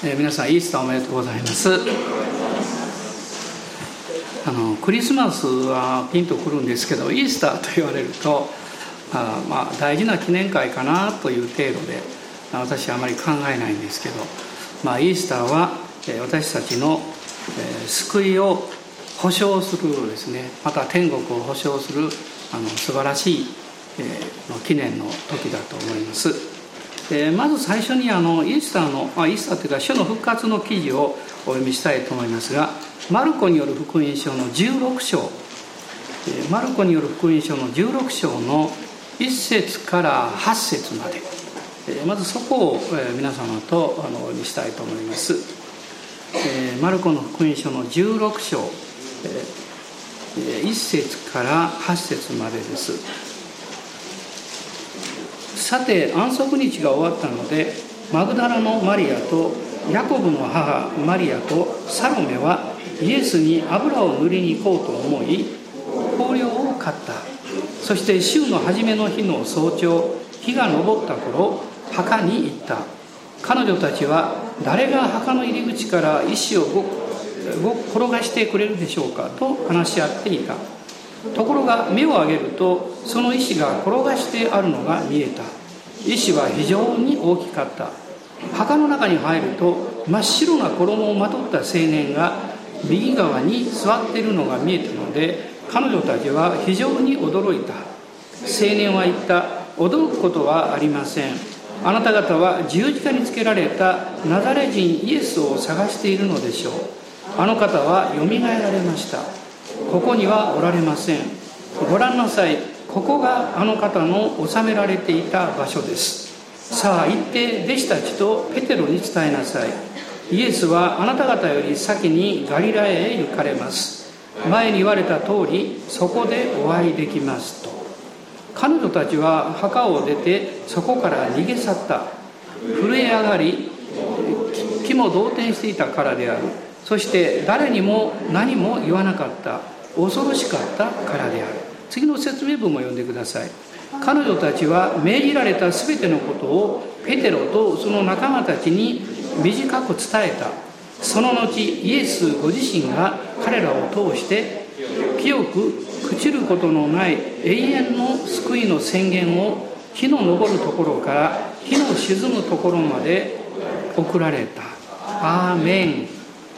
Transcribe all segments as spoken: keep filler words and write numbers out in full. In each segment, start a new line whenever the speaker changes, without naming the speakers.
えー、皆さんイースターおめでとうございます。あのクリスマスはピンとくるんですけど、イースターと言われるとあ、まあ、大事な記念会かなという程度で私はあまり考えないんですけど、まあ、イースターは私たちの救いを保証するですね、また天国を保証するあの素晴らしい記念の時だと思います。でまず最初にあのイースターのあイースターというか主の復活の記事をお読みしたいと思いますが、マルコによる福音書のじゅうろく章、マルコによる福音書のじゅうろく章のいっ節からはち節まで、まずそこを皆様とお読みしたいと思います。マルコの福音書のじゅうろく章いっ節からはち節までです。さて安息日が終わったので、マグダラのマリアとヤコブの母マリアとサロメはイエスに油を塗りに行こうと思い、香料を買った。そして週の初めの日の早朝、日が昇った頃、墓に行った。彼女たちは誰が墓の入り口から石を転がしてくれるでしょうかと話し合っていた。ところが目を上げると、その石が転がしてあるのが見えた。石は非常に大きかった。墓の中に入ると、真っ白な衣をまとった青年が右側に座っているのが見えたので、彼女たちは非常に驚いた。青年は言った。驚くことはありません。あなた方は十字架につけられたナザレ人イエスを探しているのでしょう。あの方はよみがえられました。ここにはおられません。ご覧なさい。ここがあの方の収められていた場所です。さあ行って弟子たちとペテロに伝えなさい。イエスはあなた方より先にガリラヤへ行かれます。前に言われた通り、そこでお会いできますと。彼女たちは墓を出てそこから逃げ去った。震え上がり気も動転していたからである。そして誰にも何も言わなかった。恐ろしかったからである。次の説明文も読んでください。彼女たちは命じられたすべてのことをペテロとその仲間たちに短く伝えた。その後イエスご自身が彼らを通して清く朽ちることのない永遠の救いの宣言を日の昇るところから日の沈むところまで送られた。アーメン。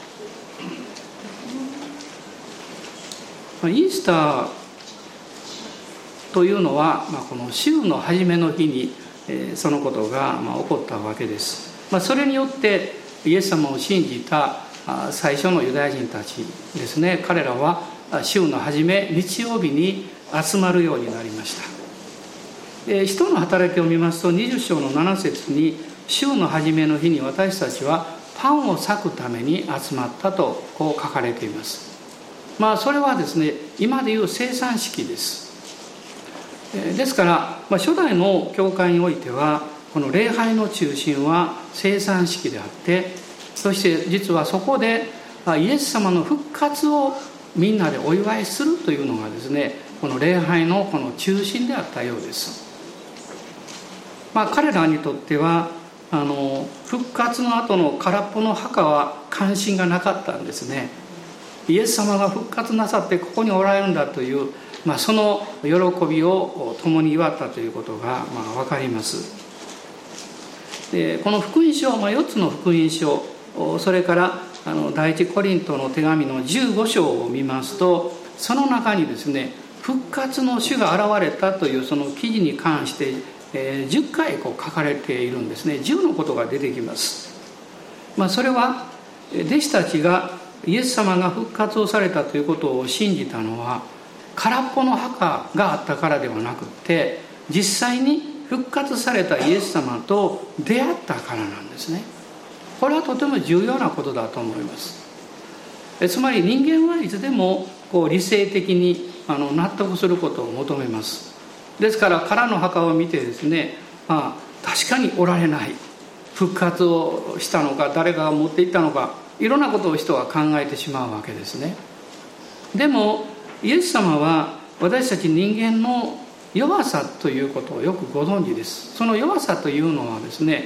イースターというのは、まあ、この週の初めの日に、えー、そのことが、まあ、起こったわけです。まあ、それによってイエス様を信じたあ最初のユダヤ人たちですね、彼らは週の初め日曜日に集まるようになりました。えー、使徒の働きを見ますとにじゅう章のなな節に、週の初めの日に私たちはパンを裂くために集まったとこう書かれています。まあそれはですね、今でいう生産式です。ですから、まあ、初代の教会においてはこの礼拝の中心は生産式であって、そして実はそこでイエス様の復活をみんなでお祝いするというのがですね、この礼拝のこの中心であったようです。まあ、彼らにとってはあの復活の後の空っぽの墓は関心がなかったんですね。イエス様が復活なさってここにおられるんだという、まあ、その喜びを共に祝ったということが、まあ、分かります。でこの福音書、まあ、よっつの福音書、それからあの第一コリントの手紙のじゅうご章を見ますと、その中にですね、復活の主が現れたというその記事に関して、えー、じゅっかいこう書かれているんですね。じゅうのことが出てきます。まあ、それは弟子たちがイエス様が復活をされたということを信じたのは空っぽの墓があったからではなくて、実際に復活されたイエス様と出会ったからなんですね。これはとても重要なことだと思います。つまり人間はいつでもこう理性的にあの納得することを求めます。ですから空の墓を見てですね、まあ、確かにおられない、復活をしたのか誰が持っていったのか、いろんなことを人は考えてしまうわけですね。でもイエス様は私たち人間の弱さということをよくご存知です。その弱さというのはですね、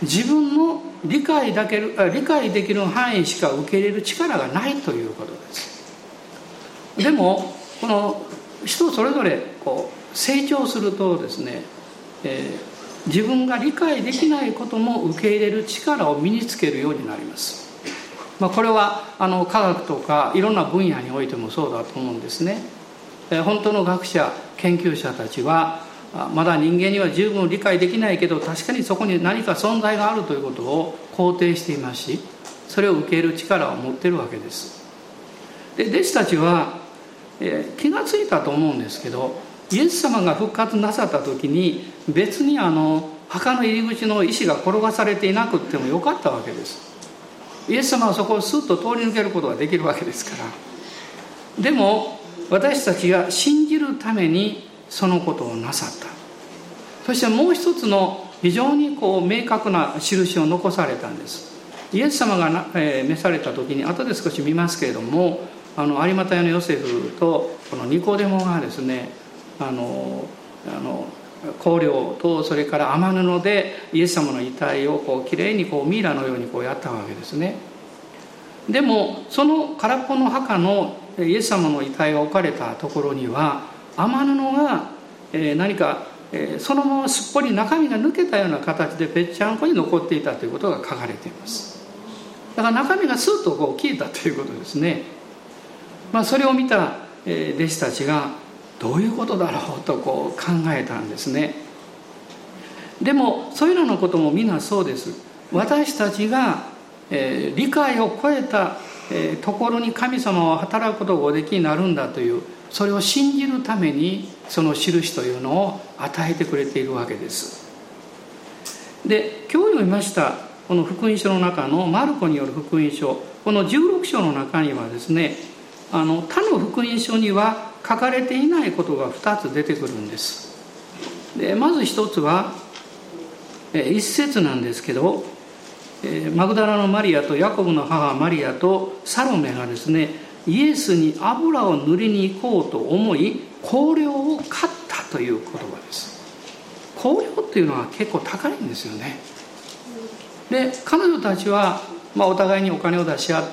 自分の理解だける理解できる範囲しか受け入れる力がないということです。でもこの人それぞれこう成長するとですね、えー、自分が理解できないことも受け入れる力を身につけるようになります。まあ、これはあの科学とかいろんな分野においてもそうだと思うんですね。えー、本当の学者研究者たちはまだ人間には十分理解できないけど、確かにそこに何か存在があるということを肯定していますし、それを受け入れる力を持っているわけです。で弟子たちは、えー、気がついたと思うんですけど、イエス様が復活なさった時に別にあの墓の入り口の石が転がされていなくてもよかったわけです。イエス様はそこをスッと通り抜けることができるわけですから。でも私たちが信じるためにそのことをなさった。そしてもう一つの非常にこう明確な印を残されたんです。イエス様がな、えー、召された時に後で少し見ますけれども、あの有馬屋のヨセフとこのニコデモがですね、あのあの香料とそれから雨布でイエス様の遺体をこうきれいにこうミイラのようにこうやったわけですね。でもその空っぽの墓のイエス様の遺体が置かれたところには雨布が何かそのまますっぽり中身が抜けたような形でぺっちゃんこに残っていたということが書かれています。だから中身がスッとこう消えたということですね。まあ、それを見た弟子たちがどういうことだろうとこう考えたんですね。でもそういうようなこともみんなそうです。私たちが、えー、理解を超えた、えー、ところに神様は働くことがおできになるんだという、それを信じるためにその印というのを与えてくれているわけです。で今日読みましたこの福音書の中のマルコによる福音書、このじゅうろく章の中にはですね、あの他の福音書には書かれていないことがふたつ出てくるんです。でまず一つは一節なんですけど、マグダラのマリアとヤコブの母マリアとサロメがですね、イエスに油を塗りに行こうと思い香料を買ったという言葉です。香料っていうのは結構高いんですよね。で彼女たちは、まあ、お互いにお金を出し合って、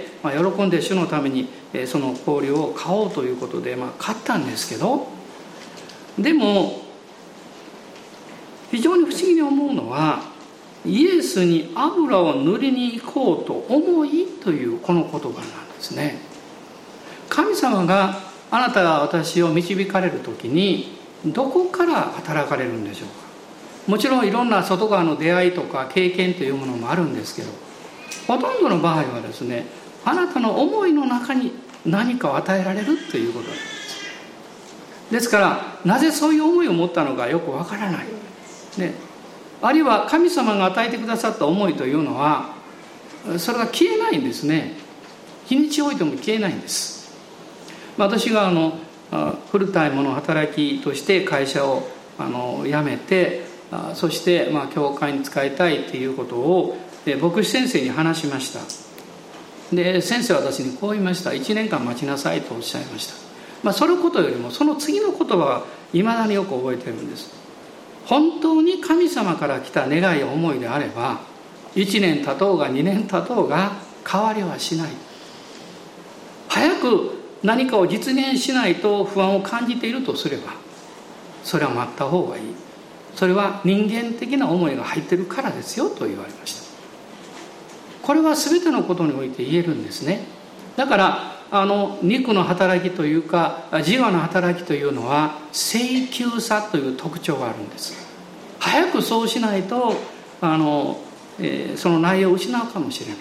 まあ、喜んで主のためにその香料を買おうということで、まあ、買ったんですけど、でも非常に不思議に思うのは、イエスに油を塗りに行こうと思いというこの言葉なんですね。神様があなたが私を導かれる時にどこから働かれるんでしょうか。もちろんいろんな外側の出会いとか経験というものもあるんですけど、ほとんどの場合はですね、あなたの思いの中に何かを与えられるということなんです。ですからなぜそういう思いを持ったのかよくわからない、ね、あるいは神様が与えてくださった思いというのはそれが消えないんですね。日にちを置いても消えないんです。私があのフルタイムの働きとして会社をあの辞めて、そしてまあ教会に使いたいということを牧師先生に話しました。で先生は私にこう言いました。いちねんかん待ちなさいとおっしゃいました。まあ、そのことよりもその次の言葉はいまだによく覚えているんです。本当に神様から来た願いや思いであればいちねん経とうがにねん経とうが変わりはしない。早く何かを実現しないと不安を感じているとすればそれは待った方がいい。それは人間的な思いが入っているからですよと言われました。これは全てのことにおいて言えるんですね。だからあの肉の働きというか自我の働きというのは請求さという特徴があるんです。早くそうしないとあの、えー、その内容を失うかもしれない。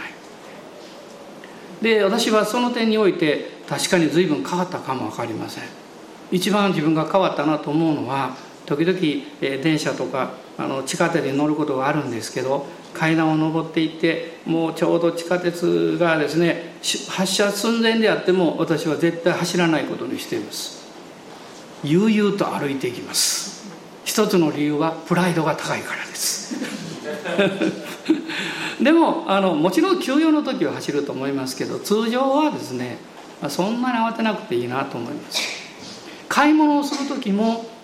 で私はその点において確かに随分変わったかも分かりません。一番自分が変わったなと思うのは時々、えー、電車とかあの地下鉄に乗ることがあるんですけど、階段を上っていってもうちょうど地下鉄がですね発車寸前であっても私は絶対走らないことにしています。悠々と歩いていきます。一つの理由はプライドが高いからですでもあのもちろん休養の時は走ると思いますけど、通常はですねそんなに慌てなくていいなと思います。買い物をする時も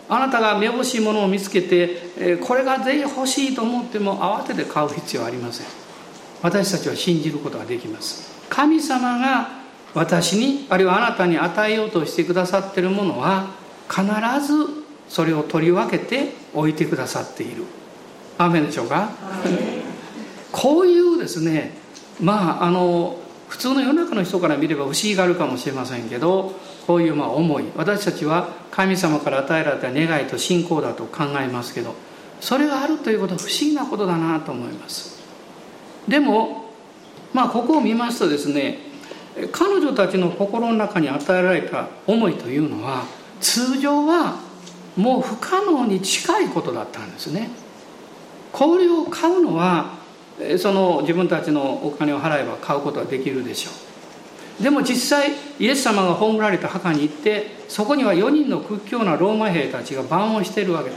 あなたがめぼしいものを見つけて、これがぜひ欲しいと思っても慌てて買う必要はありません。私たちは信じることができます。神様が私に、あるいはあなたに与えようとしてくださっているものは、必ずそれを取り分けて置いてくださっている。アーメンでしょうか。こういうですね、まああの普通の世の中の人から見れば不思議があるかもしれませんけど、こういうまあ思い、私たちは神様から与えられた願いと信仰だと考えますけど、それがあるということは不思議なことだなと思います。でもまあここを見ますとですね、彼女たちの心の中に与えられた思いというのは、通常はもう不可能に近いことだったんですね。これを買うのはその自分たちのお金を払えば買うことはできるでしょう。でも実際イエス様が葬られた墓に行って、そこにはよにんの屈強なローマ兵たちが番をしているわけです。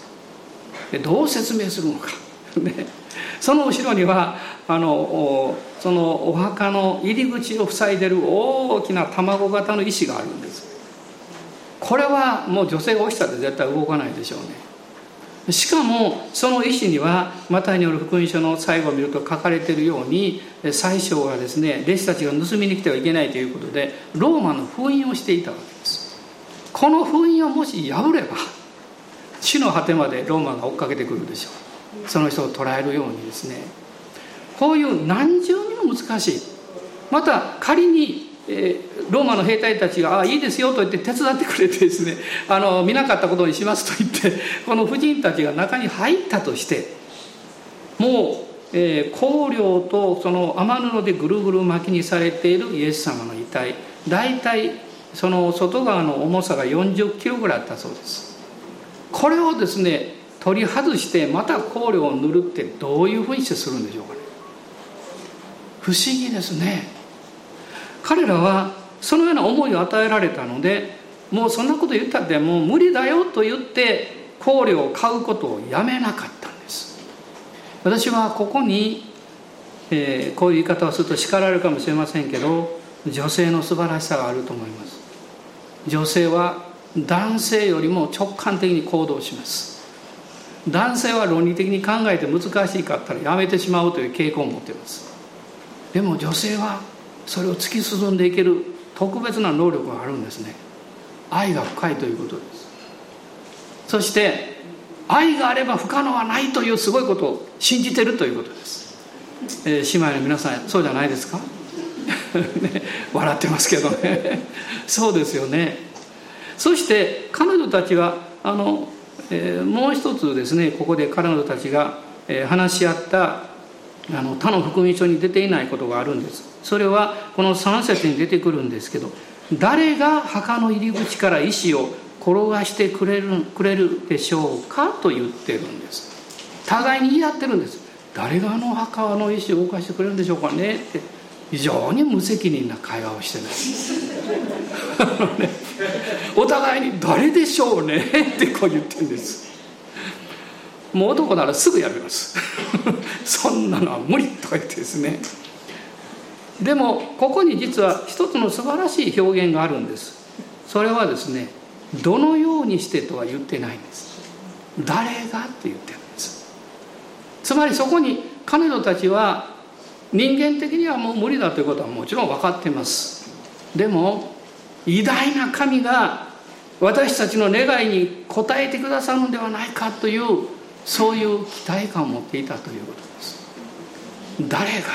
でどう説明するのかでその後ろにはあのそのお墓の入り口を塞いでいる大きな卵型の石があるんです。これはもう女性が落ちたって絶対動かないでしょうね。しかもその石にはマタイによる福音書の最後を見ると書かれているように、宰相がですね、弟子たちが盗みに来てはいけないということでローマの封印をしていたわけです。この封印をもし破れば地の果てまでローマが追っかけてくるでしょう。その人を捕らえるようにですね、こういう何重にも難しい。また仮にえー、ローマの兵隊たちが「ああいいですよ」と言って手伝ってくれてですね、あの見なかったことにしますと言ってこの婦人たちが中に入ったとして、もう、えー、香料とその雨布でぐるぐる巻きにされているイエス様の遺体、大体その外側の重さがよんじゅっキロぐらいあったそうです。これをですね取り外してまた香料を塗るってどういうふうにしてするんでしょうかね。不思議ですね。彼らはそのような思いを与えられたので、もうそんなこと言ったってもう無理だよと言って香料を買うことをやめなかったんです。私はここに、えー、こういう言い方をすると叱られるかもしれませんけど、女性の素晴らしさがあると思います。女性は男性よりも直感的に行動します。男性は論理的に考えて難しいかったらやめてしまうという傾向を持っています。でも女性はそれを突き進んでいける特別な能力があるんですね。愛が深いということです。そして愛があれば不可能はないというすごいことを信じているということです、えー、姉妹の皆さんそうじゃないですかね、笑ってますけどねそうですよね。そして彼女たちはあの、えー、もう一つですね、ここで彼女たちが、えー、話し合ったあの他の福音書に出ていないことがあるんです。それはこのさん節に出てくるんですけど、誰が墓の入り口から石を転がしてくれる、くれるでしょうかと言ってるんです。互いに言い合ってるんです。誰があの墓の石を動かしてくれるんでしょうかねって、非常に無責任な会話をしてないね、お互いに誰でしょうねってこう言ってるんです。もう男ならすぐやめますそんなのは無理とか言ってですね。でもここに実は一つの素晴らしい表現があるんです。それはですね、どのようにしてとは言ってないんです。誰がって言ってるんです。つまりそこに彼女たちは人間的にはもう無理だということはもちろん分かっています。でも偉大な神が私たちの願いに応えてくださるのではないかという、そういう期待感を持っていたということです。誰がです。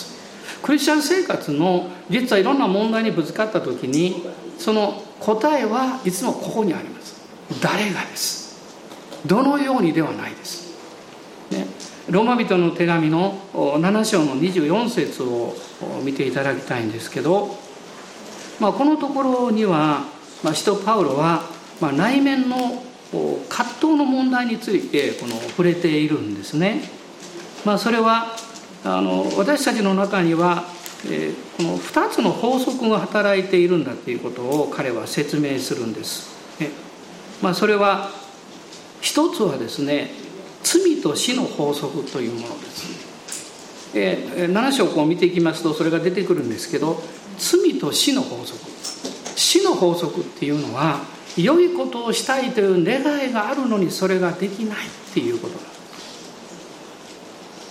クリスチャン生活の実はいろんな問題にぶつかった時に、その答えはいつもここにあります。誰がです。どのようにではないです、ね、ローマ人の手紙のなな章のにじゅうよん節を見ていただきたいんですけど、まあ、このところには、まあ、使徒パウロは、まあ、内面の葛藤の問題についてこの触れているんですね。まあ、それはあの私たちの中には、えー、このふたつの法則が働いているんだということを彼は説明するんです、ね。まあ、それは一つはですね、罪と死の法則というものです。えー、なな章をこう見ていきますとそれが出てくるんですけど、罪と死の法則、死の法則っていうのは良いことをしたいという願いがあるのにそれができないっていうことなんです。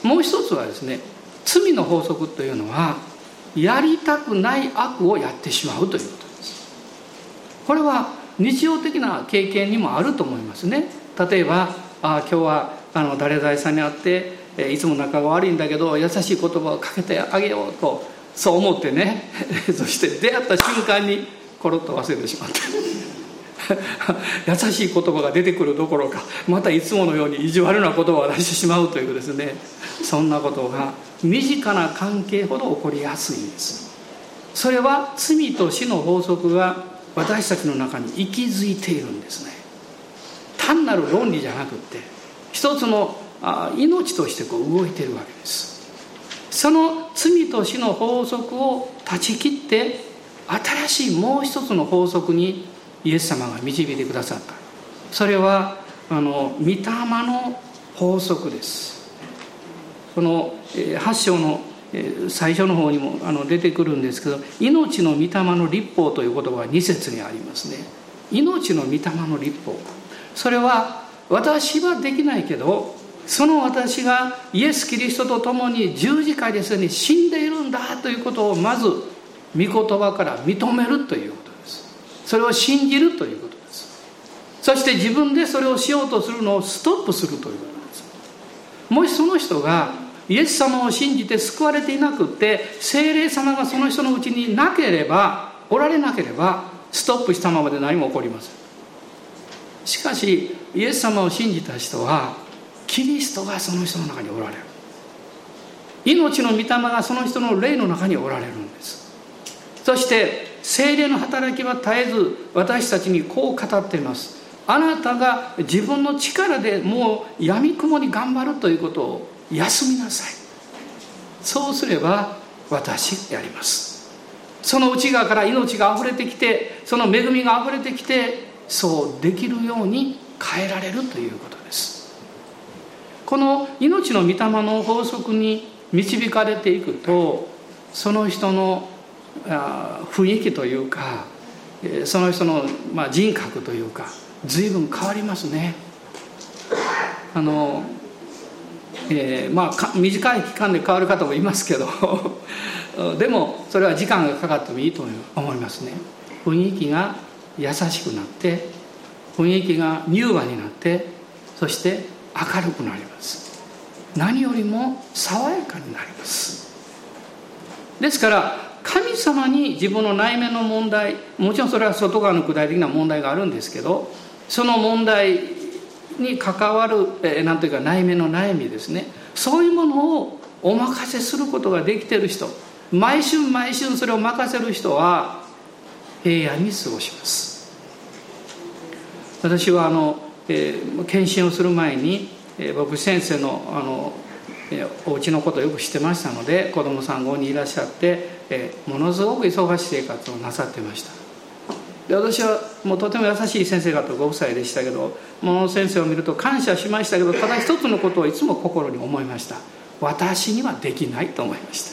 もう一つはですね、罪の法則というのはやりたくない悪をやってしまうということです。これは日常的な経験にもあると思いますね。例えば、あ今日はあの誰々さんに会っていつも仲が悪いんだけど優しい言葉をかけてあげようとそう思ってねそして出会った瞬間にコロッと忘れてしまって優しい言葉が出てくるどころかまたいつものように意地悪な言葉を出してしまうというですね、そんなことが身近な関係ほど起こりやすいんです。それは罪と死の法則が私たちの中に息づいているんですね。単なる論理じゃなくって一つの命としてこう動いているわけです。その罪と死の法則を断ち切って新しいもう一つの法則にイエス様が導いてくださった。それはあの御霊の法則です。このはち章の最初の方にもあの出てくるんですけど、命の御霊の律法という言葉がに節にありますね。命の御霊の律法、それは私はできないけどその私がイエス・キリストと共に十字架ですでに死んでいるんだということをまず御言葉から認めるということです。それを信じるということです。そして自分でそれをしようとするのをストップするということです。もしその人がイエス様を信じて救われていなくって聖霊様がその人のうちになければおられなければストップしたままで何も起こりません。しかしイエス様を信じた人はキリストがその人の中におられる。命の御霊がその人の霊の中におられるんです。そして聖霊の働きは絶えず私たちにこう語っています。あなたが自分の力でもう闇雲に頑張るということを休みなさい。そうすれば私やります。その内側から命があふれてきてその恵みがあふれてきてそうできるように変えられるということです。この命の御霊の法則に導かれていくとその人の雰囲気というかその人の人格というか随分変わりますね。あの、えー、まあ短い期間で変わる方もいますけどでもそれは時間がかかってもいいと思いますね。雰囲気が優しくなって雰囲気が柔和になってそして明るくなります。何よりも爽やかになります。ですから神様に自分の内面の問題、もちろんそれは外側の具体的な問題があるんですけどその問題に関わる、えー、なんというか内面の悩みですね、そういうものをお任せすることができている人、毎週毎週それを任せる人は平安に過ごします。私はあの、えー、検診をする前に、えー、僕先生のあの、えー、お家のことをよく知ってましたので子供さんごにんいらっしゃって、えー、ものすごく忙しい生活をなさってました。で私はもうとても優しい先生方ご夫妻でしたけどもの先生を見ると感謝しましたけどただ一つのことをいつも心に思いました。私にはできないと思いました。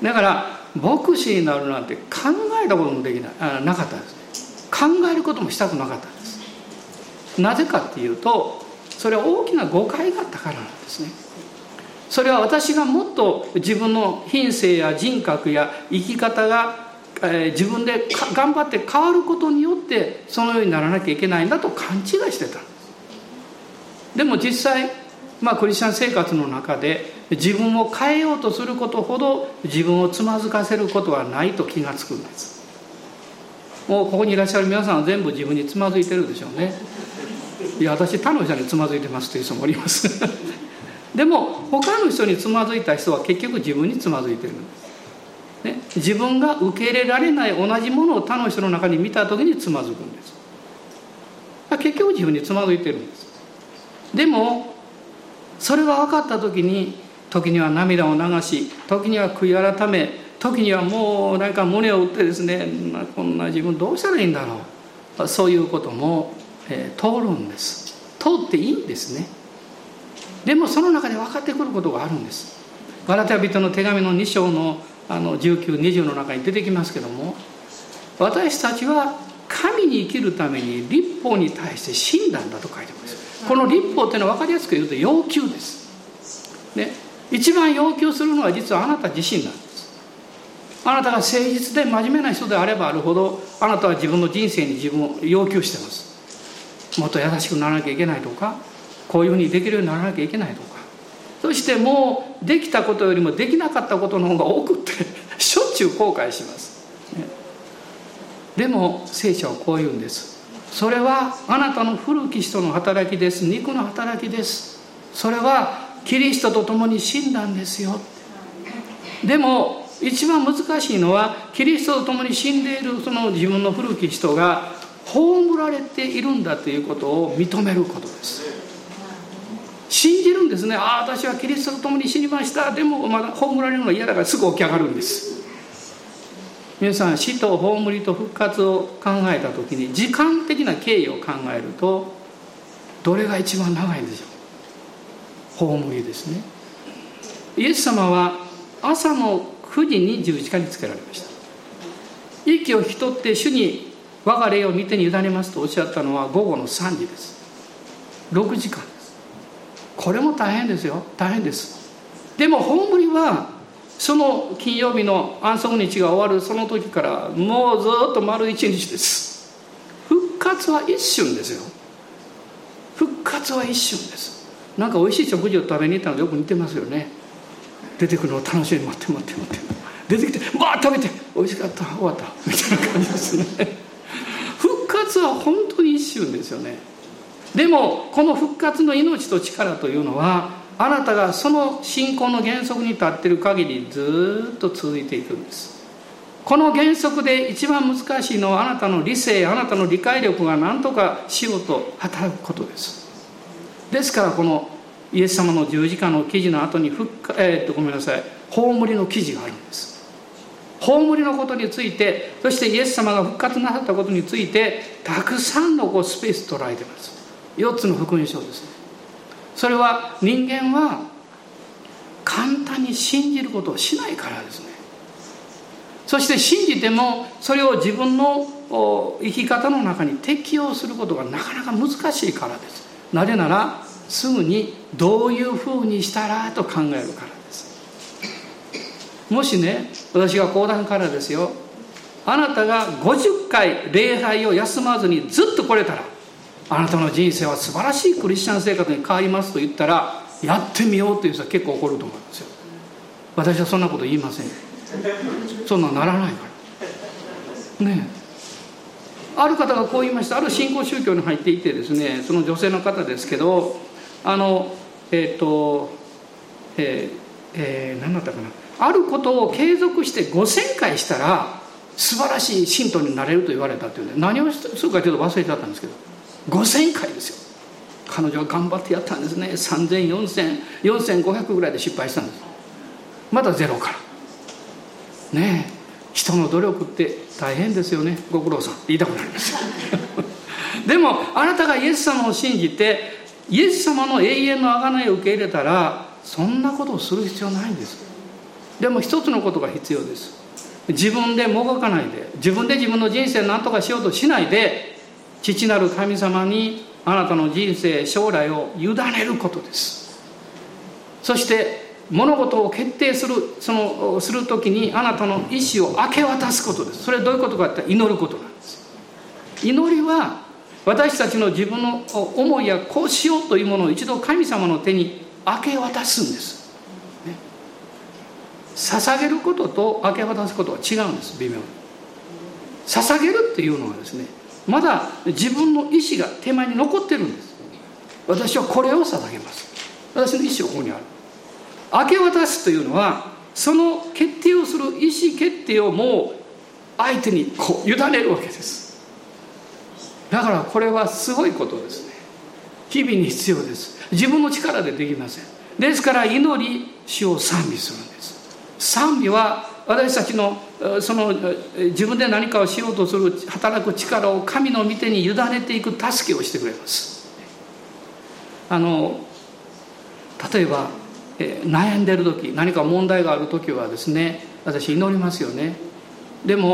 だから牧師になるなんて考えたこともできないあなかったです。考えることもしたくなかったんです。なぜかっていうとそれは大きな誤解があったからなんですね。それは私がもっと自分の品性や人格や生き方が、えー、自分で頑張って変わることによってそのようにならなきゃいけないんだと勘違いしてたんです。でも実際、まあ、クリスチャン生活の中で自分を変えようとすることほど自分をつまずかせることはないと気がつくんです。もうここにいらっしゃる皆さんは全部自分につまずいてるでしょうね。いや私他の人につまずいてますという人もおりますでも他の人につまずいた人は結局自分につまずいてるんです、ね、自分が受け入れられない同じものを他の人の中に見た時につまずくんです。結局自分につまずいてるんです。でもそれが分かった時に時には涙を流し時には悔い改め時にはもうなんか胸を打ってですねこんな自分どうしたらいいんだろうそういうことも、えー、通るんです。通っていいんですね。でもその中で分かってくることがあるんです。ガラテヤ人の手紙のに章の、あのじゅうきゅう、にじゅうの中に出てきますけども私たちは神に生きるために律法に対して死んだんだと書いてます。この律法っていうのは分かりやすく言うと要求です、ね、一番要求するのは実はあなた自身なんです。あなたが誠実で真面目な人であればあるほど、あなたは自分の人生に自分を要求してます。もっと優しくならなきゃいけないとか、こういうふうにできるようにならなきゃいけないとか、そしてもうできたことよりもできなかったことの方が多くってしょっちゅう後悔します、ね、でも聖書はこう言うんです。それはあなたの古き人の働きです。肉の働きです。それはキリストと共に死んだんですよ。でも一番難しいのは、キリストと共に死んでいるその自分の古き人が葬られているんだということを認めることです。信じるんですね。ああ、私はキリストと共に死にました。でもまだ葬られるのが嫌だからすぐ起き上がるんです。皆さん、死と葬りと復活を考えたときに時間的な経緯を考えると、どれが一番長いんでしょう。葬りですね。イエス様は朝のくじに十字架につけられました。息を引き取って主に我が霊を御手に委ねますとおっしゃったのは午後のさんじです。ろくじかんです。これも大変ですよ。大変です。でも葬りはその金曜日の安息日が終わるその時からもうずっと丸一日です。復活は一瞬ですよ。復活は一瞬です。なんか美味しい食事を食べに行ったのとよく似てますよね。出てくるのを楽しみに待って待って待って出てきてバーッ食べて美味しかった終わったみたいな感じですね。復活は本当に一瞬ですよね。でもこの復活の命と力というのは、あなたがその信仰の原則に立っている限りずっと続いていくんです。この原則で一番難しいのは、あなたの理性、あなたの理解力が何とかしようと働くことです。ですからこのイエス様の十字架の記事の後に復活、えー、っとごめんなさい葬りの記事があるんです。葬りのことについて、そしてイエス様が復活なさったことについてたくさんのこうスペース捉えています。よっつの福音書ですね。それは人間は簡単に信じることをしないからですね。そして信じてもそれを自分の生き方の中に適用することがなかなか難しいからです。なぜならすぐにどういうふうにしたらと考えるからです。もしね、私が講談からですよ、あなたがごじゅっかい礼拝を休まずにずっと来れたら、あなたの人生は素晴らしいクリスチャン生活に変わりますと言ったら、やってみようという人は結構怒ると思うんですよ。私はそんなこと言いません。そんなならないからね。ある方がこう言いました。ある新興宗教に入っていてですね、その女性の方ですけど、あのえっ、ー、とえー、えー、何だったかな、あることを継続してごせんかいしたら素晴らしい信徒になれると言われたっていうんで、何をするかというと忘れちゃったんですけど、ごせんかいですよ。彼女は頑張ってやったんですね。さんぜん、よんせん、よんせんごひゃくぐらいで失敗したんです。またゼロからね。え人の努力って大変ですよね。ご苦労さんって言いたくなりますよでもあなたがイエス様を信じてイエス様の永遠の贖いを受け入れたら、そんなことをする必要ないんです。でも一つのことが必要です。自分でもがかないで、自分で自分の人生を何とかしようとしないで、父なる神様にあなたの人生将来を委ねることです。そして物事を決定するそのするときにあなたの意思を明け渡すことです。それはどういうことかというと、祈ることなんです。祈りは私たちの自分の思いやこうしようというものを一度神様の手に明け渡すんです、ね、捧げることと明け渡すことは違うんです。微妙に捧げるっていうのはですね、まだ自分の意思が手前に残ってるんです。私はこれを捧げます。私の意思はここにある。明け渡すというのは、その決定をする意思決定をもう相手にこう委ねるわけです。だからこれはすごいことですね。日々に必要です。自分の力でできません。ですから祈り、主を賛美するんです。賛美は私たちのその自分で何かをしようとする働く力を神の御手に委ねていく助けをしてくれます。あの例えば悩んでる時、何か問題がある時はですね、私祈りますよね。でも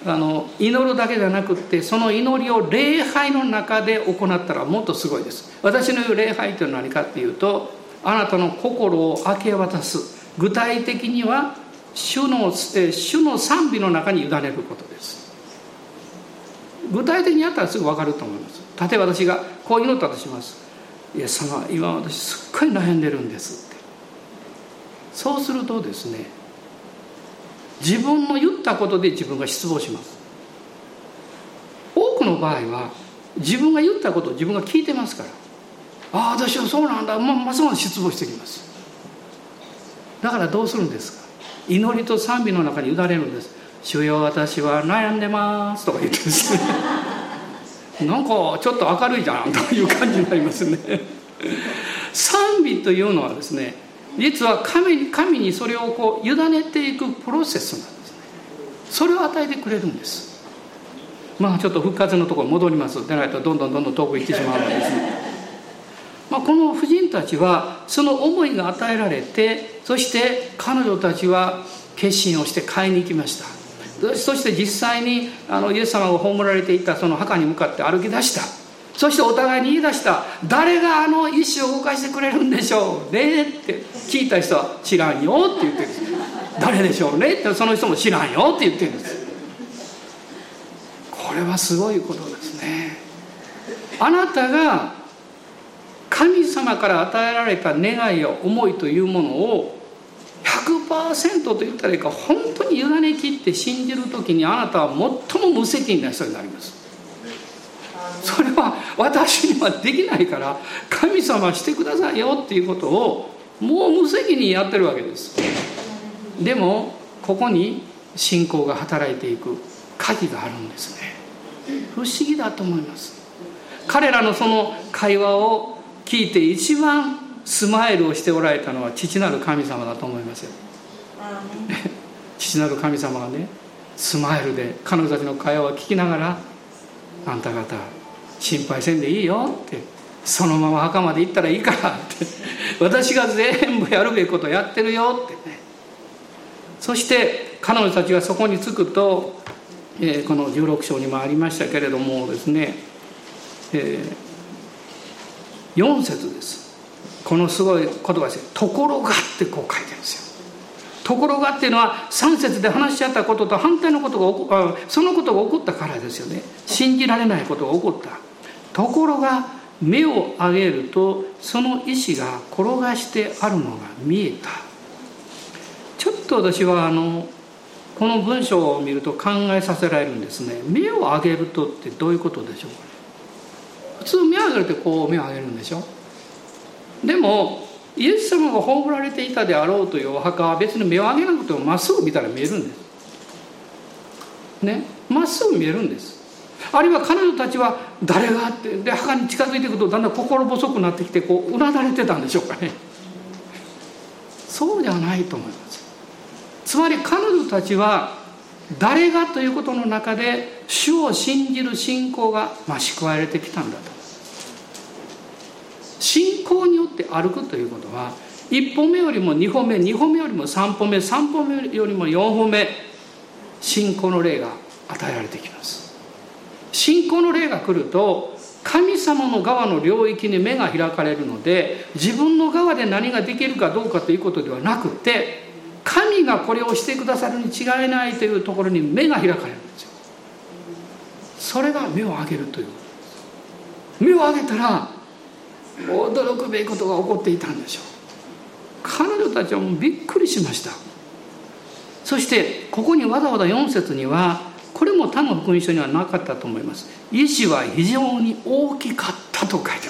あの祈るだけじゃなくって、その祈りを礼拝の中で行ったらもっとすごいです。私の言う礼拝というのは何かっていうと、あなたの心を明け渡す、具体的には主の、主の賛美の中に委ねることです。具体的にやったらすぐ分かると思います。例えば私がこう祈ったとします。イエス様、今私すっごい悩んでるんですって。そうするとですね、自分の言ったことで自分が失望します。多くの場合は自分が言ったことを自分が聞いてますから、ああ私はそうなんだ、まあ、ますます失望してきます。だからどうするんですか。祈りと賛美の中に委ねるんです。主よ私は悩んでますとか言ってですねなんかちょっと明るいじゃんという感じになりますね賛美というのはですね、実は 神, 神にそれをこう委ねていくプロセスなんですね。それを与えてくれるんです。まあちょっと復活のところに戻ります。でないとどんどんどんどん遠く行ってしまうのですね、まあ、この婦人たちはその思いが与えられて、そして彼女たちは決心をして買いに行きました。そして実際にあのイエス様が葬られていたその墓に向かって歩き出した。そしてお互いに言い出した。誰があの石を動かしてくれるんでしょうねって聞いた人は知らんよって言ってるんです。誰でしょうねって、その人も知らんよって言ってるんです。これはすごいことですね。あなたが神様から与えられた願いや思いというものを ひゃくパーセント と言ったらいいか、本当に委ね切って信じるときに、あなたは最も無責任な人になります。それは私にはできないから神様してくださいよっていうことをもう無責任やってるわけです。でもここに信仰が働いていく鍵があるんですね。不思議だと思います。彼らのその会話を聞いて一番スマイルをしておられたのは父なる神様だと思いますよ父なる神様がね、スマイルで彼女たちの会話を聞きながら、あんた方心配せんでいいよって、そのまま墓まで行ったらいいからって私が全部やるべきことやってるよってね。そして彼女たちがそこに着くと、えー、このじゅうろく章にもありましたけれどもですね、えー、よん節です。このすごい言葉ですよ。ところがってこう書いてるんですよ。ところがっていうのはさん節で話し合ったことと反対のことが起こ、そのことが起こったからですよね。信じられないことが起こった。ところが目を上げるとその石が転がしてあるのが見えた。ちょっと私はあのこの文章を見ると考えさせられるんですね。目を上げるとってどういうことでしょうかね。普通目を上げるってこう目を上げるんでしょ。でもイエス様が葬られていたであろうというお墓は別に目を上げなくてもまっすぐ見たら見えるんですね。まっすぐ見えるんです。あるいは彼女たちは誰がってで墓に近づいていくとだんだん心細くなってきてこううなだれてたんでしょうかね。そうじゃないと思います。つまり彼女たちは誰がということの中で主を信じる信仰が増し加えられてきたんだと。信仰によって歩くということはいっぽんめよりもにほんめ、にほんめよりもさんぽんめ、さんぽんめよりもよんほんめ、信仰の霊が与えられてきます。信仰の霊が来ると神様の側の領域に目が開かれるので、自分の側で何ができるかどうかということではなくて、神がこれをしてくださるに違いないというところに目が開かれるんですよ。それが目を上げるということです。目を上げたら驚くべきことが起こっていたんでしょう。彼女たちはもうびっくりしました。そしてここにわざわざよん節には、これも他の福音書にはなかったと思います。石は非常に大きかったと書いてます。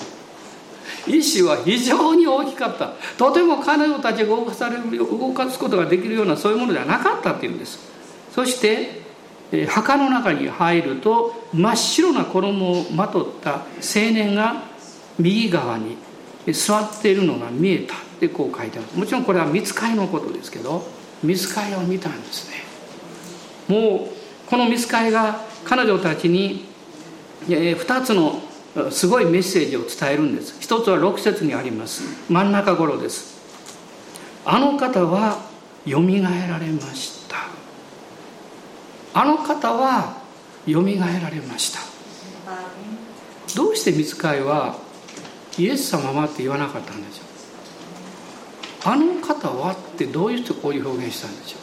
石は非常に大きかった。とても彼女たちが動かされる、動かすことができるようなそういうものではなかったというんです。そして墓の中に入ると真っ白な衣をまとった青年が右側に座っているのが見えたってこう書いてある。もちろんこれは御使いのことですけど、御使いを見たんですね。もうこの御使いが彼女たちにふたつのすごいメッセージを伝えるんです。一つはろく節にあります。真ん中頃です。あの方はよみがえられました。 あの方はよみがえられました。どうして御使いはイエス様はって言わなかったんでしょう。あの方はってどういう人こういう表現したんでしょ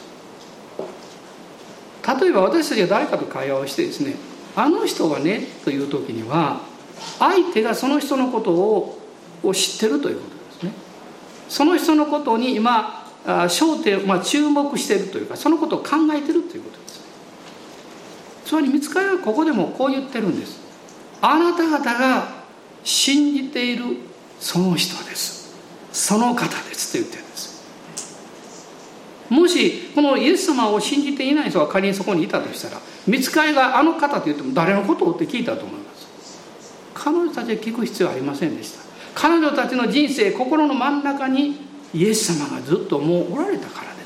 う。例えば私たちが誰かと会話をしてですね、あの人がねという時には、相手がその人のことを知ってるということですね。その人のことに今焦点、まあ、注目しているというか、そのことを考えているということです。つまり御使いはここでもこう言ってるんです。あなた方が信じているその人です、その方ですと言ってるんです。もしこのイエス様を信じていない人が仮にそこにいたとしたら、御使いがあの方と言っても誰のことをって聞いたと思います。彼女たちは聞く必要はありませんでした。彼女たちの人生、心の真ん中にイエス様がずっともうおられたからです。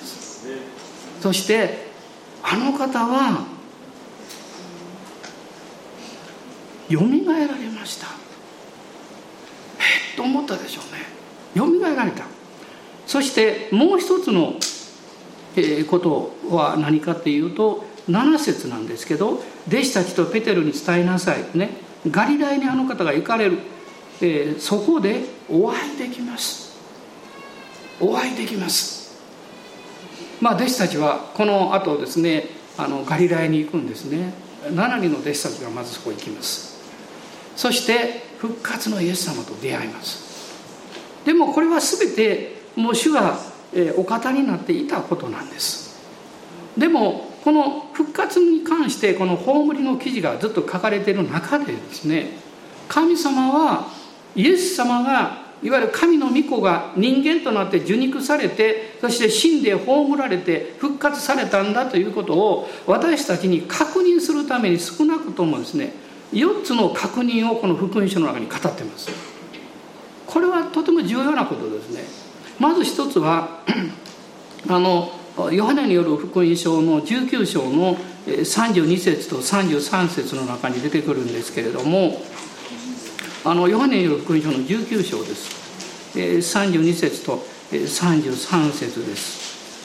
そしてあの方はよみがえられました。えっと思ったでしょうね。よみがえられた。そしてもう一つのことは何かというと、なな節なんですけど、弟子たちとペテロに伝えなさいね。ガリラヤにあの方が行かれる、えー、そこでお会いできます。お会いできます。まあ弟子たちはこの後ですね、あのガリラヤに行くんですね。ななにんの弟子たちがまずそこに行きます。そして復活のイエス様と出会います。でもこれは全てもう主がお語りになっていたことなんです。でもこの復活に関してこの葬りの記事がずっと書かれている中でですね、神様はイエス様がいわゆる神の御子が人間となって受肉されて、そして死んで葬られて復活されたんだということを私たちに確認するために、少なくともですねよっつの確認をこの福音書の中に語っています。これはとても重要なことですね。まず一つはあのヨハネによる福音書のじゅうきゅう章のさんじゅうに節とさんじゅうさん節の中に出てくるんですけれども、あのヨハネによる福音書のじゅうきゅう章です。さんじゅうに節とさんじゅうさん節です。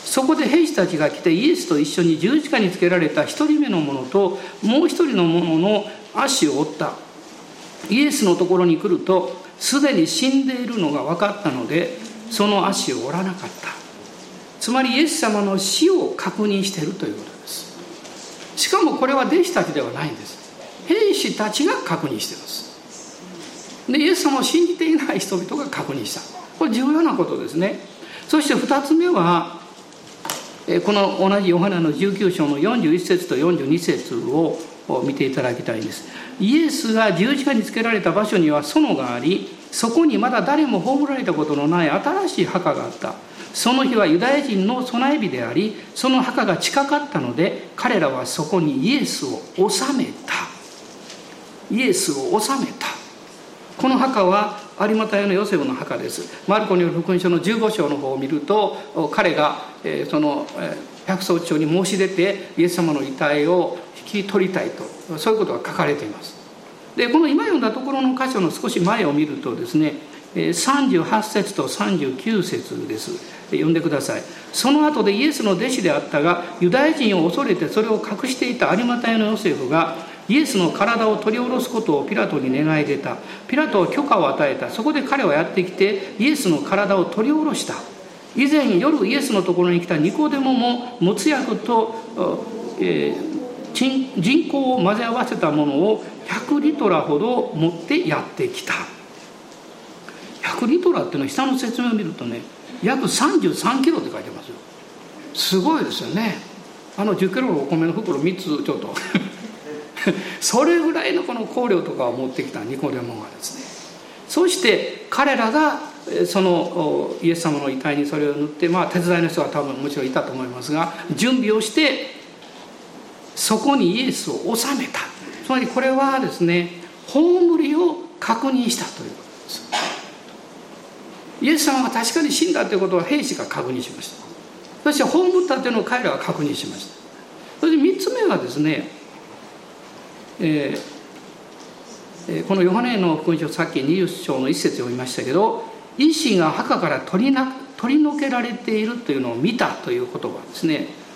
そこで兵士たちが来て、イエスと一緒に十字架につけられた一人目の者ともう一人の者の足を折った。イエスのところに来るとすでに死んでいるのが分かったので、その足を折らなかった。つまりイエス様の死を確認しているということです。しかもこれは弟子たちではないんです。兵士たちが確認しています。でイエス様を信じていない人々が確認した。これ重要なことですね。そしてふたつめは、この同じヨハネのじゅうきゅう章のよんじゅういち節とよんじゅうに節を見ていただきたいんです。イエスが十字架につけられた場所には園があり、そこにまだ誰も葬られたことのない新しい墓があった。その日はユダヤ人の備え日であり、その墓が近かったので、彼らはそこにイエスを納めた。イエスを納めた。この墓は有馬太のヨセフの墓です。マルコによる福音書のじゅうご章の方を見ると、彼がその百姓長に申し出てイエス様の遺体を引き取りたいと、そういうことが書かれています。でこの今読んだところの箇所の少し前を見るとですね、さんじゅうはち節とさんじゅうきゅう節です。読んでください。その後でイエスの弟子であったがユダヤ人を恐れてそれを隠していた有馬太のヨセフがイエスの体を取り下ろすことをピラトに願い出た。ピラトは許可を与えた。そこで彼はやってきてイエスの体を取り下ろした。以前夜イエスのところに来たニコデモも没薬と、えー、人工を混ぜ合わせたものをひゃくリトラほど持ってやってきた。ひゃくリトラっていうのは下の説明を見るとね、約さんじゅうさんキロって書いてますよ。すごいですよね。あのじゅっキロのお米の袋みっつちょっとそれぐらいのこの香料とかを持ってきたニコデモがですね、そして彼らがそのイエス様の遺体にそれを塗って、まあ手伝いの人は多分もちろんいたと思いますが、準備をしてそこにイエスを納めた。つまりこれはですね、葬りを確認したということです。イエス様が確かに死んだということは兵士が確認しました。そして葬ったというのを彼らが確認しました。そしてみっつめはですね、えー、このヨハネの福音書、さっきにじゅう章のいち節を読みましたけど、医師が墓から取りな取り除けられているというのを見たという言葉ですね。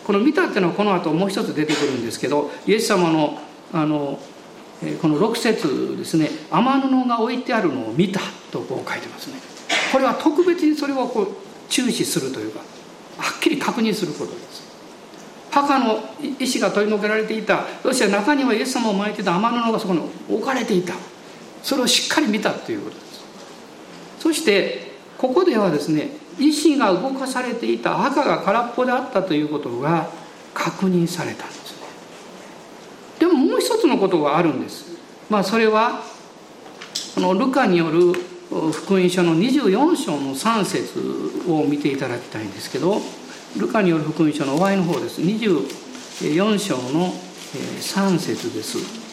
この見たっていうのはこの後もう一つ出てくるんですけど、イエス様のあのこのろく節ですね、雨布が置いてあるのを見たとこう書いてますね。これは特別にそれをこう注視するというか、はっきり確認することです。墓の石が取り除けられていた、そして中にはイエス様を巻いていた雨布がそこに置かれていた、それをしっかり見たということです。そしてここではですね、石が動かされていた、墓が空っぽであったということが確認されたんですね。でももう一つのことがあるんです。まあそれはこのルカによる福音書のにじゅうよん章のさん節を見ていただきたいんですけど、ルカによる福音書の終わりの方です。にじゅうよん章のさん節です。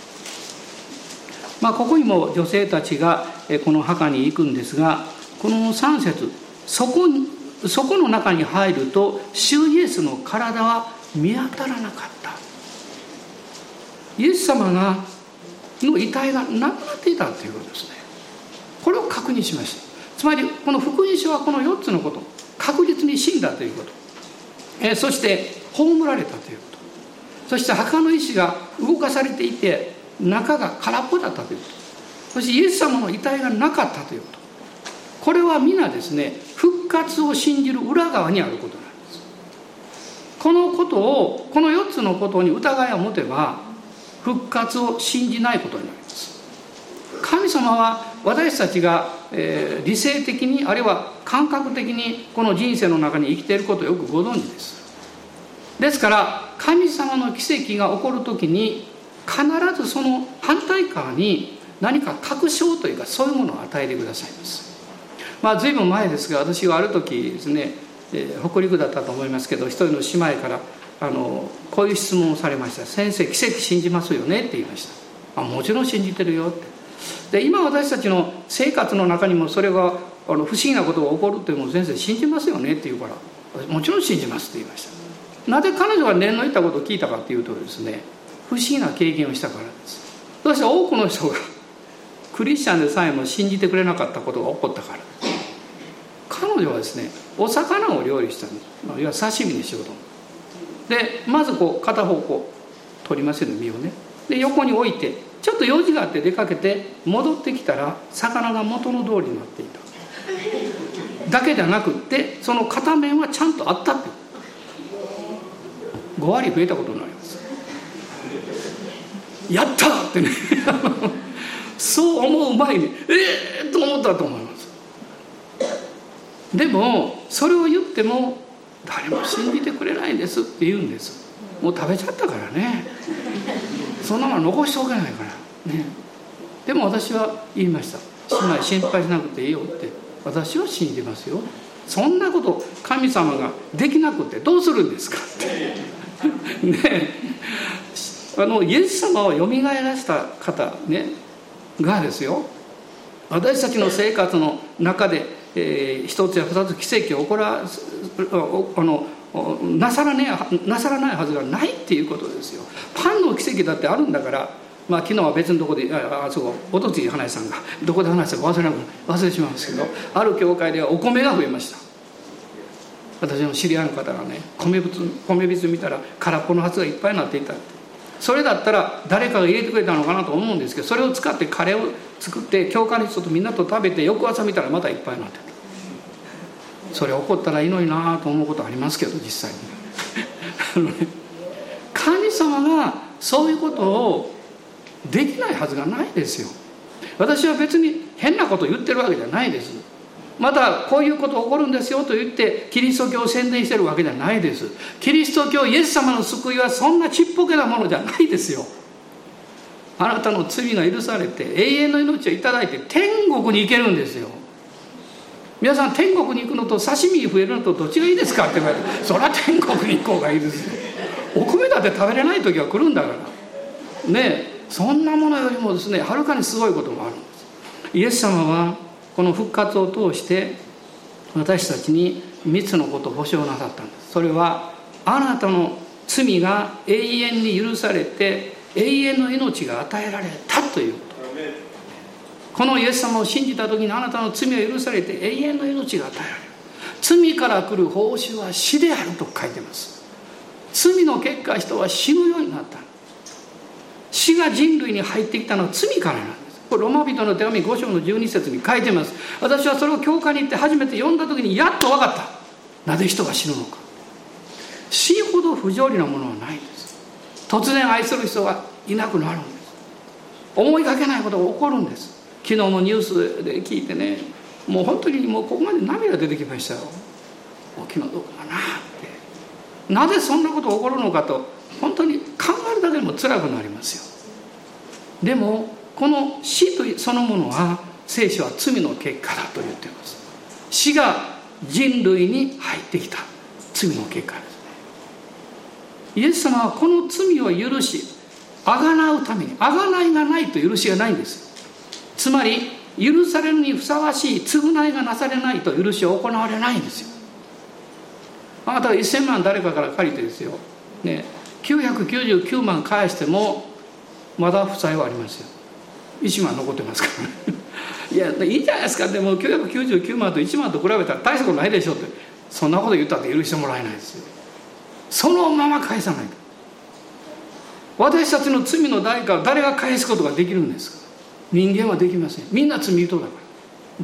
まあここにも女性たちがこの墓に行くんですが、このさん節、そこにそこの中に入ると主イエスの体は見当たらなかった。イエス様がの遺体がなくなっていたということですね。これを確認しました。つまりこの福音書はこのよっつのこと、確実に死んだということ、えー、そして葬られたということ、そして墓の石が動かされていて中が空っぽだったということ、そしてイエス様の遺体がなかったということ、これは皆ですね、復活を信じる裏側にあることなんです。このことを、このよっつのことに疑いを持てば復活を信じないことになります。神様は私たちが、えー、理性的にあるいは感覚的にこの人生の中に生きていることをよくご存知です。ですから神様の奇跡が起こるときに必ずその反対側に何か確証というか、そういうものを与えてくださいます。まあ随分前ですが、私はある時ですね、えー、北陸だったと思いますけど、一人の姉妹からあのこういう質問をされました。先生、奇跡信じますよねって言いました。あ、もちろん信じてるよって。で今私たちの生活の中にもそれがあの不思議なことが起こるっていうのも先生信じますよねって言うから、もちろん信じますって言いました。なぜ彼女が念の言ったことを聞いたかっていうとですね、不思議な経験をしたからです。そして多くの人がクリスチャンでさえも信じてくれなかったことが起こったからです。彼女はですね、お魚を料理したんです。いわゆる刺身にしようと思う。でまずこう片方こう取りますよね、身をね。で横に置いてちょっと用事があって出かけて戻ってきたら魚が元の通りになっていただけじゃなくって、その片面はちゃんとあったってご割増えたことになります。やったーってねそう思う前にえーっと思ったと思います。でもそれを言っても誰も信じてくれないんですって言うんです。もう食べちゃったからね、そんなもの残しておけないからね。でも私は言いました。姉妹心配しなくていいよって、私は信じますよ。そんなこと神様ができなくてどうするんですかってね。あのイエス様をよみがえらせた方ねがですよ、私たちの生活の中で、えー、一つや二つ奇跡を起こらあのなさらねなさらないはずがないっていうことですよ。パンの奇跡だってあるんだから、まあ昨日は別のところで、ああそこおとつい花井さんがどこで話したか忘れなく忘れてしまうんですけど、ある教会ではお米が増えました。私の知り合いの方がね、米びつ米びつ見たら空っぽのはずがいっぱいになっていたって。それだったら誰かが入れてくれたのかなと思うんですけど、それを使ってカレーを作って教会の人とみんなと食べて、翌朝見たらまたいっぱいになってた。それ起こったらいいのになと思うことありますけど、実際に神様がそういうことをできないはずがないですよ。私は別に変なことを言ってるわけじゃないです。またこういうこと起こるんですよと言ってキリスト教を宣伝してるわけじゃないです。キリスト教イエス様の救いはそんなちっぽけなものじゃないですよ。あなたの罪が許されて永遠の命をいただいて天国に行けるんですよ。皆さん天国に行くのと刺身増えるのとどっちがいいですかって言われて、それは天国に行こうがいいですよ。お米だって食べれない時は来るんだからねえ、そんなものよりもですね、はるかにすごいこともあるんです。イエス様はこの復活を通して私たちにみっつのことを保証なさったんです。それはあなたの罪が永遠に許されて永遠の命が与えられたということ。このイエス様を信じた時にあなたの罪は許されて永遠の命が与えられる。罪から来る報酬は死であると書いてます。 罪の結果、人は死ぬようになった。死が人類に入ってきたのは罪からなんです。これローマ人の手紙ご章のじゅうに節に書いてます。私はそれを教会に行って初めて読んだ時にやっと分かった。なぜ人が死ぬのか。死ほど不条理なものはないんです。突然愛する人がいなくなるんです。思いがけないことが起こるんです。昨日のニュースで聞いてね、もう本当にもうここまで涙出てきましたよ。気の毒だなって。なぜそんなことが起こるのかと本当に考えるだけでも辛くなりますよ。でもこの死というそのものは聖書は罪の結果だと言っています。死が人類に入ってきた罪の結果ですね。イエス様はこの罪を許しあがなうために、あがないがないと許しがないんです。つまり許されるにふさわしい償いがなされないと許しは行われないんですよ。あなたがせんまん誰かから借りてですよ、ね、きゅうひゃくきゅうじゅうきゅうまん返してもまだ負債はありますよ。いちまん残ってますからねいやいいじゃないですか。でもきゅうひゃくきゅうじゅうきゅうまんといちまんと比べたら大したことないでしょって、そんなこと言ったって許してもらえないですよ。そのまま返さないと。私たちの罪の代価を誰が返すことができるんですか。人間はできません。みんな罪人だから。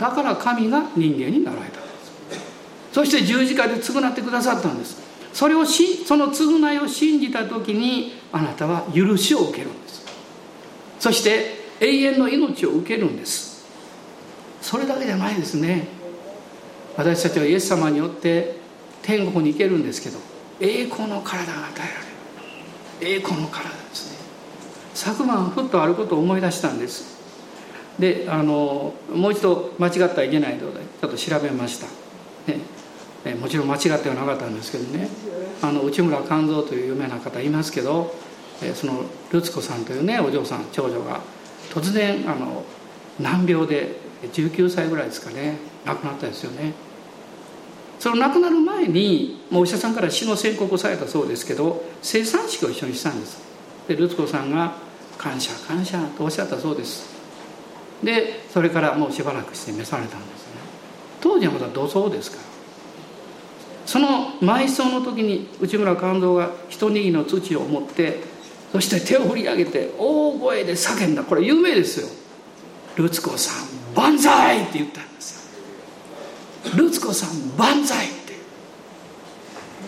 だから神が人間になられたんです。そして十字架で償ってくださったんです。それをしその償いを信じた時にあなたは許しを受けるんです。そして永遠の命を受けるんです。それだけじゃないですね。私たちはイエス様によって天国に行けるんですけど、栄光の体が与えられる。栄光の体ですね。昨晩ふっとあることを思い出したんです。であのもう一度間違ったらいけないのでちょっと調べました、ね、もちろん間違ってはなかったんですけどね、あの内村勘三という有名な方いますけど、そのルツ子さんというねお嬢さん長女が突然あの難病でじゅうきゅうさいぐらいですかね亡くなったですよね。その亡くなる前にもうお医者さんから死の宣告をされたそうですけど、生産式を一緒にしたんです。でルツ子さんが感謝感謝とおっしゃったそうです。でそれからもうしばらくして召されたんですね。当時はまだ土葬ですから。その埋葬の時に内村勘三が一握りの土を持って、そして手を振り上げて大声で叫んだ。これ有名ですよ。ルツ子さん万歳って言ったんですよ。ルツ子さん万歳って。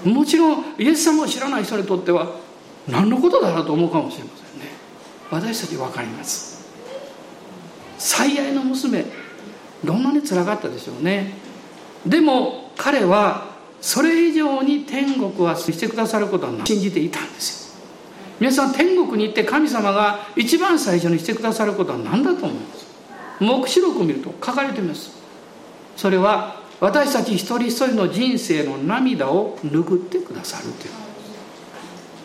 もちろんイエス様を知らない人にとっては何のことだろうと思うかもしれませんね。私たち分かります。最愛の娘、どんなにつらかったでしょうね。でも彼はそれ以上に天国はしてくださることは信じていたんですよ。皆さん天国に行って神様が一番最初にしてくださることは何だと思います。黙示録を見ると書かれています。それは私たち一人一人の人生の涙を拭ってくださるという。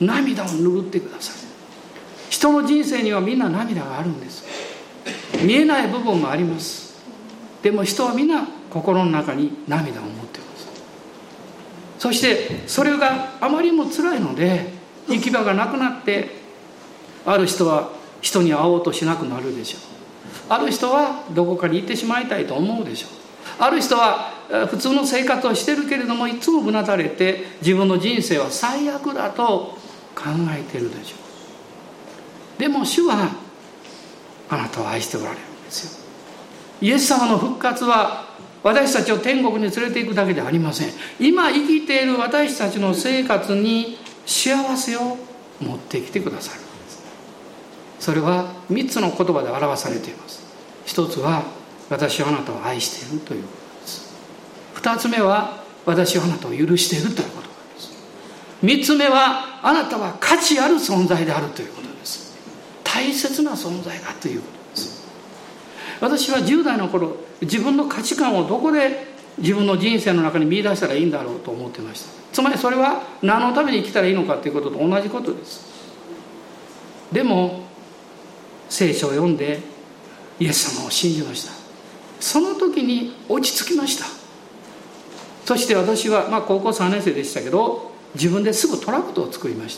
涙を拭ってくださる。人の人生にはみんな涙があるんです。見えない部分もあります。でも人はみんな心の中に涙を持っています。そしてそれがあまりにも辛いので行き場がなくなって、ある人は人に会おうとしなくなるでしょう。ある人はどこかに行ってしまいたいと思うでしょう。ある人は普通の生活をしてるけれどもいつもうなだれて自分の人生は最悪だと考えているでしょう。でも主はあなたを愛しておられるんですよ。イエス様の復活は私たちを天国に連れて行くだけではありません。今生きている私たちの生活に幸せを持ってきてくださるんです。それはみっつの言葉で表されています。一つは私はあなたを愛しているということです。二つ目は私はあなたを許しているということです。三つ目はあなたは価値ある存在であるということです。大切な存在だということです。私はじゅう代の頃自分の価値観をどこで自分の人生の中に見出したらいいんだろうと思ってました。つまりそれは何のために生きたらいいのかということと同じことです。でも聖書を読んでイエス様を信じました。その時に落ち着きました。そして私は、まあ、高校さんねん生でしたけど自分ですぐトラクトを作りました。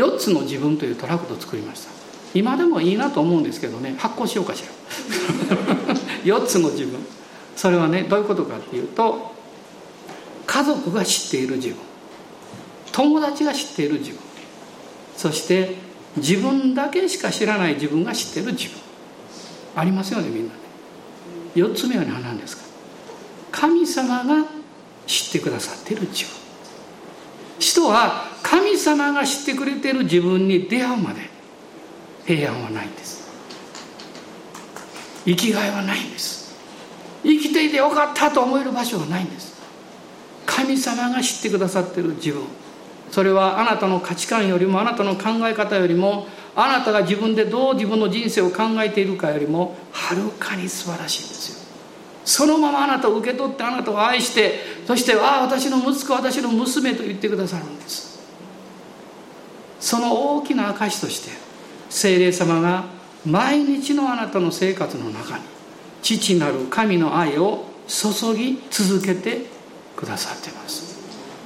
よっつの自分というトラクトを作りました。今でもいいなと思うんですけどね、発行しようかしらよっつの自分、それはねどういうことかっていうと、家族が知っている自分、 友達が知っている自分、そして自分だけしか知らない自分が知っている自分ありますよね、みんなね。よっつめは何ですか？神様が知ってくださっている自分。人は神様が知ってくれている自分に出会うまで平安はないんです。生きがいはないんです。生きていてよかったと思える場所はないんです。神様が知ってくださっている自分、それはあなたの価値観よりも、あなたの考え方よりも、あなたが自分でどう自分の人生を考えているかよりもはるかに素晴らしいんですよ。そのままあなたを受け取って、あなたを愛して、そしてああ私の息子、私の娘と言ってくださるんです。その大きな証として聖霊様が毎日のあなたの生活の中に父なる神の愛を注ぎ続けてくださっています。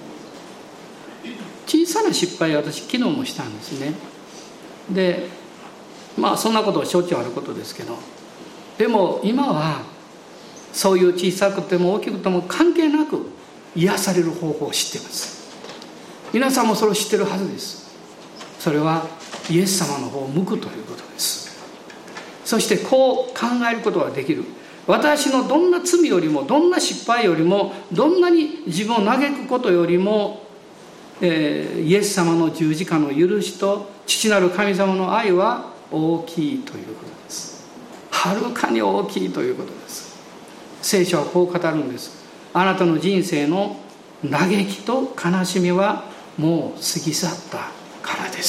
小さな失敗を私昨日もしたんですね。でまあそんなことはしょっちゅうあることですけど、でも今はそういう小さくても大きくても関係なく癒される方法を知っています。皆さんもそれを知ってるはずです。それはイエス様の方を向くということです。そしてこう考えることができる。私のどんな罪よりも、どんな失敗よりも、どんなに自分を嘆くことよりも、えー、イエス様の十字架の許しと父なる神様の愛は大きいということです。はるかに大きいということです。聖書はこう語るんです。あなたの人生の嘆きと悲しみはもう過ぎ去ったからです。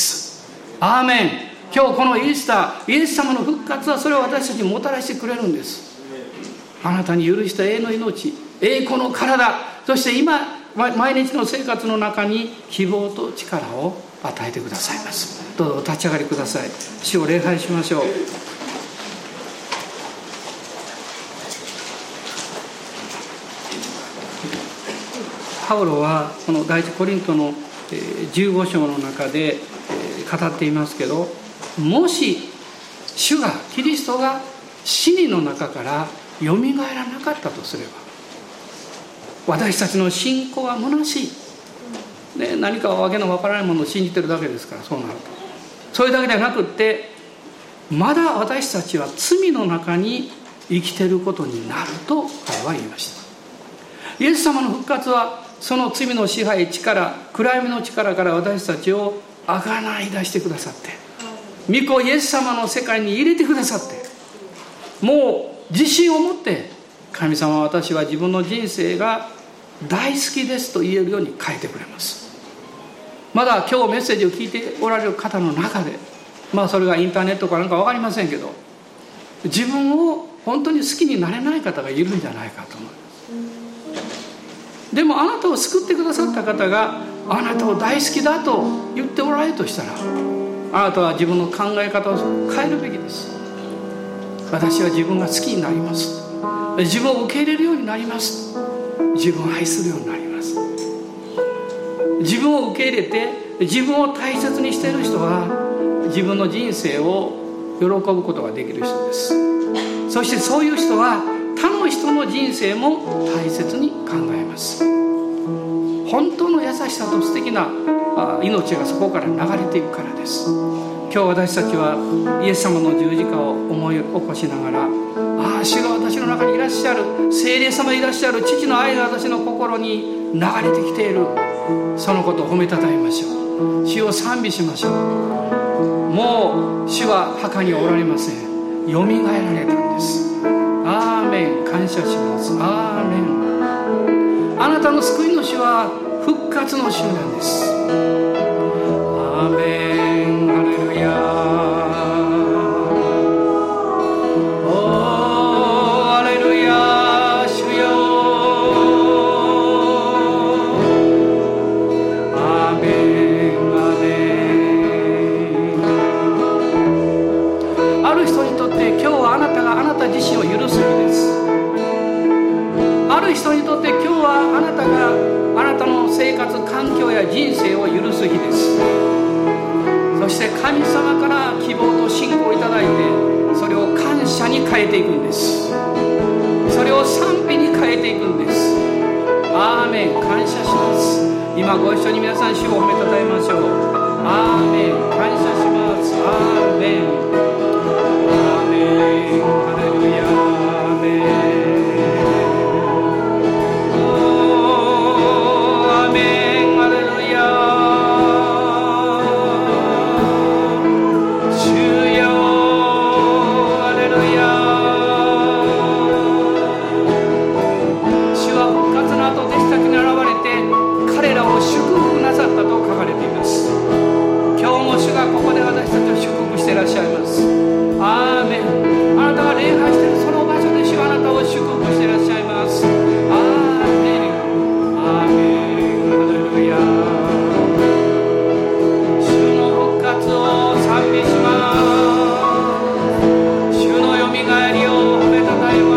アーメン。今日このイースター、イエス様の復活はそれを私たちにもたらしてくれるんです。あなたに許した永遠の命、栄光の体、そして今毎日の生活の中に希望と力を与えてくださいます。どうぞお立ち上がりください。主を礼拝しましょう。パウロはこの第一コリントのじゅうご章の中で語っていますけど、もし主がキリストが死人の中からよみがえらなかったとすれば、私たちの信仰は虚しい、ね、何かわけのわからないものを信じてるだけですから。そうなるとそれだけではなくって、まだ私たちは罪の中に生きていることになると彼は言いました。イエス様の復活はその罪の支配、力、暗闇の力から私たちをあがない出してくださって、御子イエス様の世界に入れてくださって、もう自信を持って神様は私は自分の人生が大好きですと言えるように変えてくれます。まだ今日メッセージを聞いておられる方の中で、まあそれがインターネットかなんか分かりませんけど、自分を本当に好きになれない方がいるんじゃないかと思います。でもあなたを救ってくださった方があなたを大好きだと言っておられるとしたら、あなたは自分の考え方を変えるべきです。私は自分が好きになります、自分を受け入れるようになります、自分を愛するようになります。自分を受け入れて自分を大切にしている人は自分の人生を喜ぶことができる人です。そしてそういう人は他の人の人生も大切に考えます。本当の優しさと素敵な命がそこから流れていくからです。今日私たちはイエス様の十字架を思い起こしながら、ああ主が私の中にいらっしゃる、聖霊様いらっしゃる、父の愛が私の心に流れてきている、そのことを褒めたたえましょう。主を賛美しましょう。もう主は墓におられません。よみがえられたんです。アーメン。感謝します。アーメン。あなたの救いの主は復活の主なんです。アーメン。ハレルヤ。おーハレルヤ。主よアーメン。アーメン。ある人にとって今日はあなたがあなた自身を許す日です。ある人にとって今日はあなたがあなたの生活環境や人生を許す日です。そして神様から希望と信仰をいただいて、それを感謝に変えていくんです。それを賛美に変えていくんです。アーメン。感謝します。 今ご一緒に皆さん主を褒めたたえましょう。アーメン。感謝します。アーメン。アーメン。ハレルヤ。アーメン。おー、アーメン。ハレルヤ。主よ、ハレルヤ。主は復活の後弟子たちに現れて彼らを祝福なさったと書かれています。今日も主がここで私たちを祝福していらっしゃいます。アーメン。あなたが礼拝しているその場所で主があなたを祝福していらっしゃいます。アーメン。アーメン。ハレルヤ。主の復活を賛美します。主のよみがえりを褒めたたえます。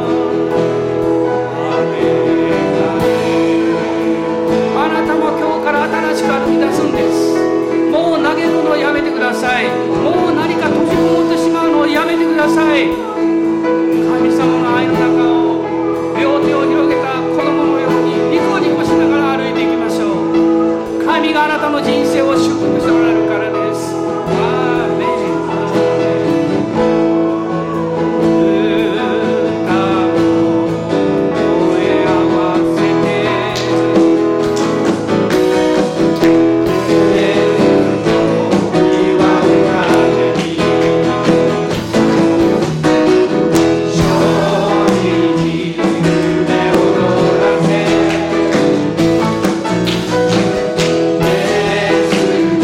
アーメン。アーメン。あなたも今日から新しく歩き出すんです。もう投げるのをやめてください。もう何か閉じこもってしまうのをやめてください。神様の愛の中を両手を広げた子供のようにニコニコしながら歩いていきましょう。神があなたの人生を祝福しておられるからです。アーメン。
Yes.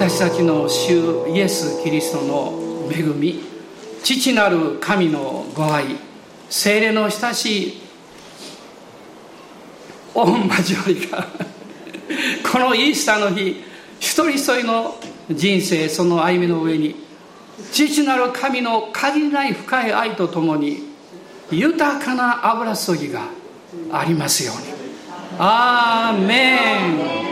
私たちの主イエス・キリストの恵み、父なる神のご愛、聖霊の親しい御交わりがこのイースターの日、一人一人の人生、その歩みの上に父なる神の限りない深い愛とともに豊かな油注ぎがありますように。アーメン。